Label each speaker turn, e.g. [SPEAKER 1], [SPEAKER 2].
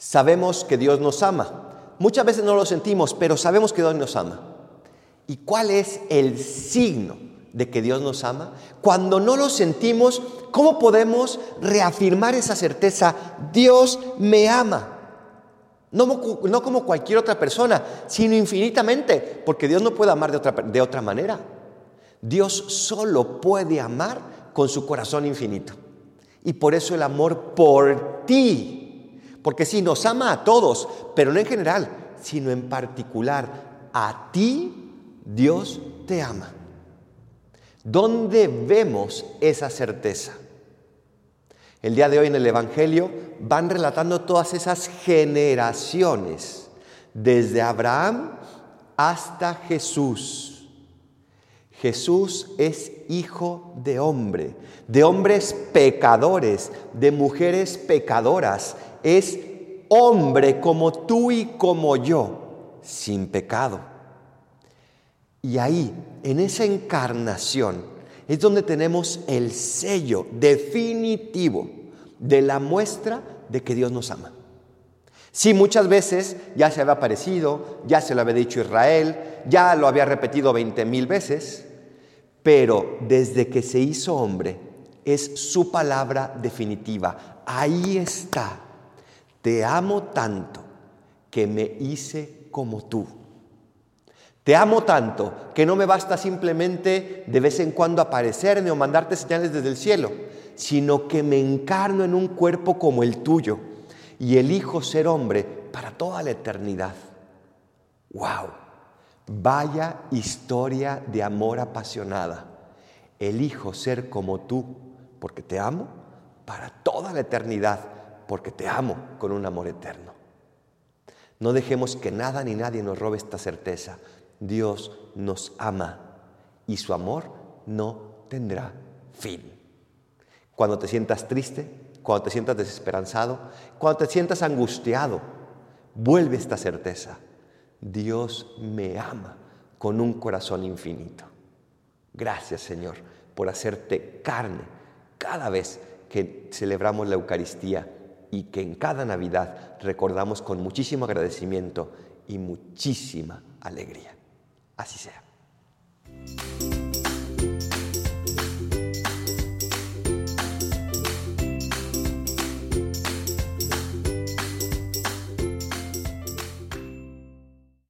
[SPEAKER 1] Sabemos que Dios nos ama. Muchas veces no lo sentimos, pero sabemos que Dios nos ama. ¿Y cuál es el signo de que Dios nos ama? Cuando no lo sentimos, ¿cómo podemos reafirmar esa certeza? Dios me ama. No como cualquier otra persona, sino infinitamente, porque Dios no puede amar de otra manera. Dios solo puede amar con su corazón infinito. Y por eso el amor por ti. Porque sí, nos ama a todos, pero no en general, sino en particular a ti, Dios te ama. ¿Dónde vemos esa certeza? El día de hoy en el Evangelio van relatando todas esas generaciones, desde Abraham hasta Jesús. Jesús es hijo de hombres pecadores, de mujeres pecadoras. Es hombre como tú y como yo, sin pecado. Y ahí, en esa encarnación, es donde tenemos el sello definitivo de la muestra de que Dios nos ama. Sí, muchas veces ya se había aparecido, ya se lo había dicho Israel, ya lo había repetido 20,000 veces, pero desde que se hizo hombre, es su palabra definitiva. Ahí está. Te amo tanto que me hice como tú. Te amo tanto que no me basta simplemente de vez en cuando aparecerme o mandarte señales desde el cielo, sino que me encarno en un cuerpo como el tuyo y elijo ser hombre para toda la eternidad. ¡Wow! Vaya historia de amor apasionada. Elijo ser como tú porque te amo para toda la eternidad, porque te amo con un amor eterno. No dejemos que nada ni nadie nos robe esta certeza. Dios nos ama y su amor no tendrá fin. Cuando te sientas triste, cuando te sientas desesperanzado, cuando te sientas angustiado, vuelve esta certeza. Dios me ama con un corazón infinito. Gracias, Señor, por hacerte carne cada vez que celebramos la Eucaristía y que en cada Navidad recordamos con muchísimo agradecimiento y muchísima alegría. Así sea.